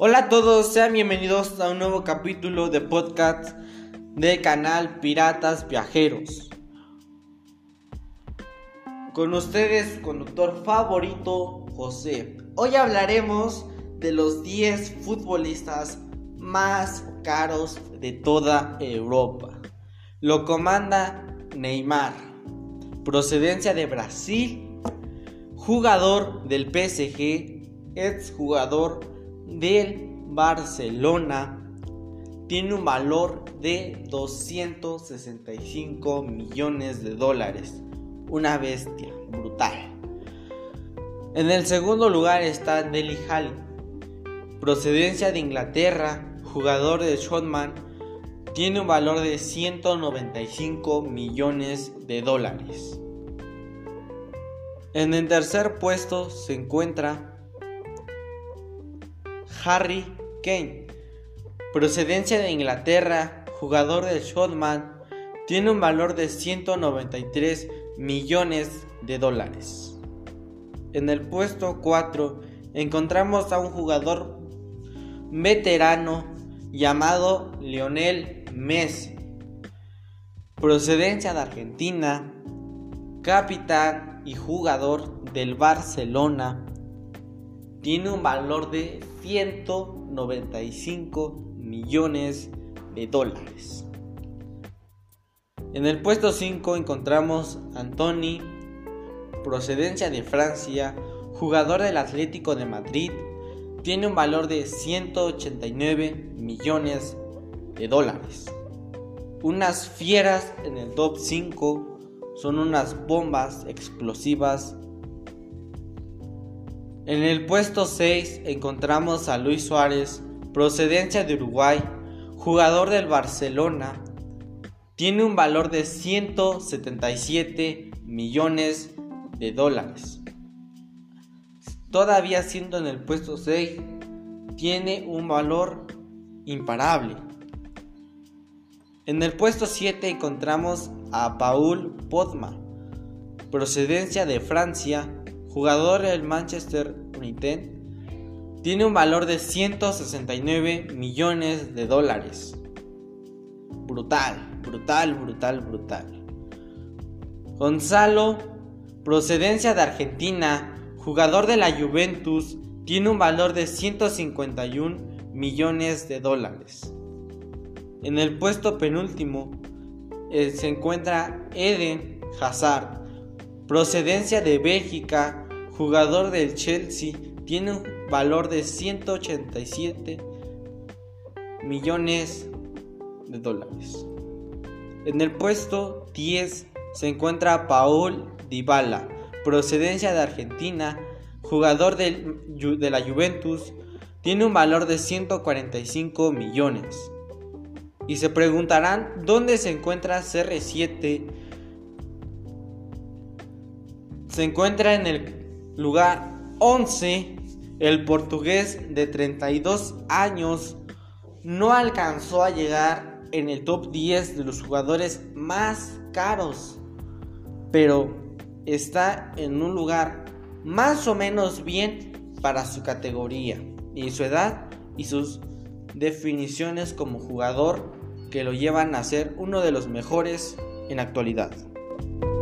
Hola a todos, sean bienvenidos a un nuevo capítulo de podcast del canal Piratas Viajeros. Con ustedes, su conductor favorito, José. Hoy hablaremos de los 10 futbolistas más caros de toda Europa. Lo comanda Neymar, procedencia de Brasil, jugador del PSG, exjugador del Barcelona, tiene un valor de 265 millones de dólares, una bestia brutal. En el segundo lugar está Dele Alli, procedencia de Inglaterra, jugador de Tottenham, tiene un valor de 195 millones de dólares. En el tercer puesto se encuentra Harry Kane, procedencia de Inglaterra, jugador del Tottenham, tiene un valor de 193 millones de dólares. En el puesto 4 encontramos a un jugador veterano llamado Lionel Messi, procedencia de Argentina, capitán y jugador del Barcelona, tiene un valor de 195 millones de dólares. En el puesto 5 encontramos a Anthony, procedencia de Francia, jugador del Atlético de Madrid, tiene un valor de 189 millones de dólares. Unas fieras en el top 5 son unas bombas explosivas. En el puesto 6 encontramos a Luis Suárez, procedencia de Uruguay, jugador del Barcelona, tiene un valor de 177 millones de dólares. Todavía siendo en el puesto 6, tiene un valor imparable. En el puesto 7 encontramos a Paul Pogba, procedencia de Francia, jugador del Manchester United, tiene un valor de 169 millones de dólares. Brutal. Gonzalo, procedencia de Argentina, jugador de la Juventus, tiene un valor de 151 millones de dólares. En el puesto penúltimo se encuentra Eden Hazard, procedencia de Bélgica, jugador del Chelsea, tiene un valor de 187 millones de dólares. En el puesto 10 se encuentra Paul Dybala, procedencia de Argentina, jugador de la Juventus, tiene un valor de 145 millones. Y se preguntarán dónde se encuentra CR7. Se encuentra en el lugar 11, el portugués de 32 años no alcanzó a llegar en el top 10 de los jugadores más caros, pero está en un lugar más o menos bien para su categoría y su edad y sus definiciones como jugador que lo llevan a ser uno de los mejores en la actualidad.